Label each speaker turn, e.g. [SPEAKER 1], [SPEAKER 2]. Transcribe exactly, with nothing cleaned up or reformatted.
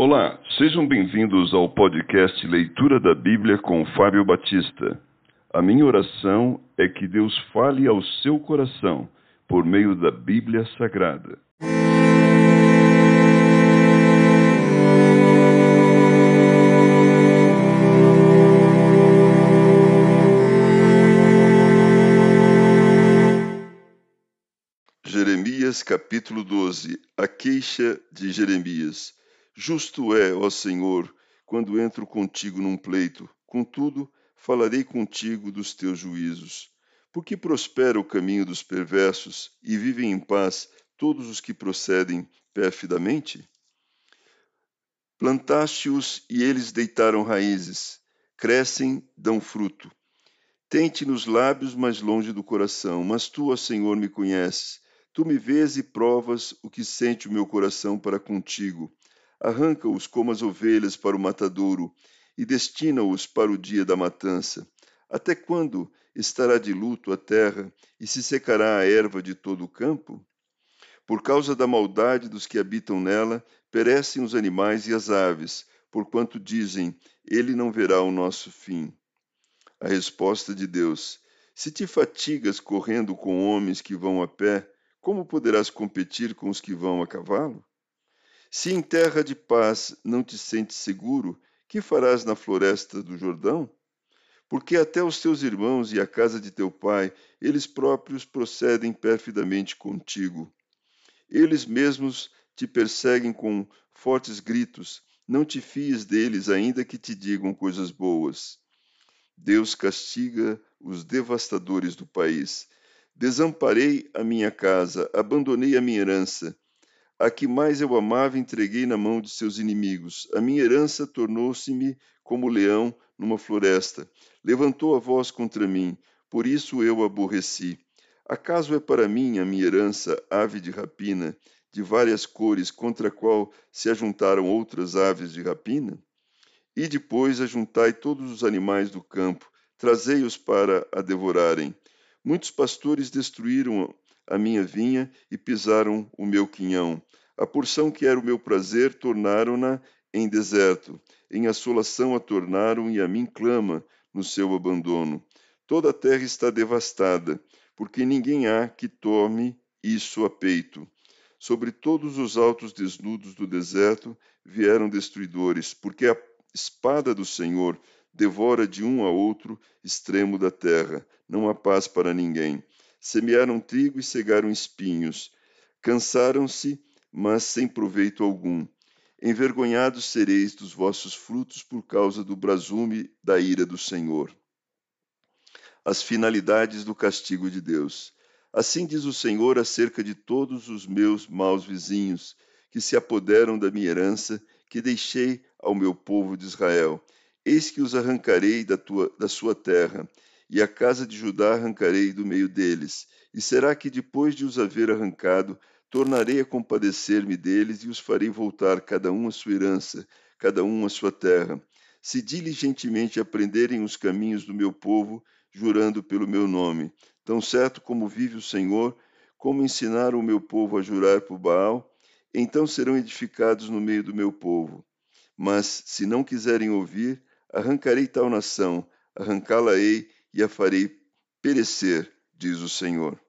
[SPEAKER 1] Olá, sejam bem-vindos ao podcast Leitura da Bíblia com Fábio Batista. A minha oração é que Deus fale ao seu coração por meio da Bíblia Sagrada. Jeremias capítulo doze. A queixa de Jeremias. Justo é, ó Senhor, quando entro contigo num pleito, contudo, falarei contigo dos teus juízos. Porque prospera o caminho dos perversos e vivem em paz todos os que procedem perfidamente? Plantaste-os e eles deitaram raízes, crescem, dão fruto. Tem-te nos lábios, mas longe do coração. Mas tu, ó Senhor, me conheces. Tu me vês e provas o que sente o meu coração para contigo. Arranca-os como as ovelhas para o matadouro e destina-os para o dia da matança. Até quando estará de luto a terra e se secará a erva de todo o campo? Por causa da maldade dos que habitam nela, perecem os animais e as aves, porquanto dizem, ele não verá o nosso fim. A resposta de Deus: se te fatigas correndo com homens que vão a pé, como poderás competir com os que vão a cavalo? Se em terra de paz não te sentes seguro, que farás na floresta do Jordão? Porque até os teus irmãos e a casa de teu pai, eles próprios procedem perfidamente contigo. Eles mesmos te perseguem com fortes gritos, não te fies deles ainda que te digam coisas boas. Deus castiga os devastadores do país. Desamparei a minha casa, abandonei a minha herança. A que mais eu amava entreguei na mão de seus inimigos. A minha herança tornou-se-me como leão numa floresta. Levantou a voz contra mim, por isso eu aborreci. Acaso é para mim a minha herança ave de rapina, de várias cores, contra a qual se ajuntaram outras aves de rapina? E depois ajuntai todos os animais do campo, trazei-os para a devorarem. Muitos pastores destruíram a minha vinha e pisaram o meu quinhão. A porção que era o meu prazer tornaram-na em deserto. Em assolação a tornaram e a mim clama no seu abandono. Toda a terra está devastada, porque ninguém há que tome isso a peito. Sobre todos os altos desnudos do deserto vieram destruidores, porque a espada do Senhor devora de um a outro extremo da terra. Não há paz para ninguém. Semearam trigo e cegaram espinhos. Cansaram-se, mas sem proveito algum. Envergonhados sereis dos vossos frutos por causa do brasume da ira do Senhor. As finalidades do castigo de Deus. Assim diz o Senhor acerca de todos os meus maus vizinhos, que se apoderam da minha herança, que deixei ao meu povo de Israel. Eis que os arrancarei da, tua, da sua terra, e a casa de Judá arrancarei do meio deles. E será que depois de os haver arrancado, tornarei a compadecer-me deles e os farei voltar cada um à sua herança, cada um à sua terra. Se diligentemente aprenderem os caminhos do meu povo, jurando pelo meu nome, tão certo como vive o Senhor, como ensinaram o meu povo a jurar por Baal, então serão edificados no meio do meu povo. Mas, se não quiserem ouvir, arrancarei tal nação, arrancá-la-ei e a farei perecer, diz o Senhor.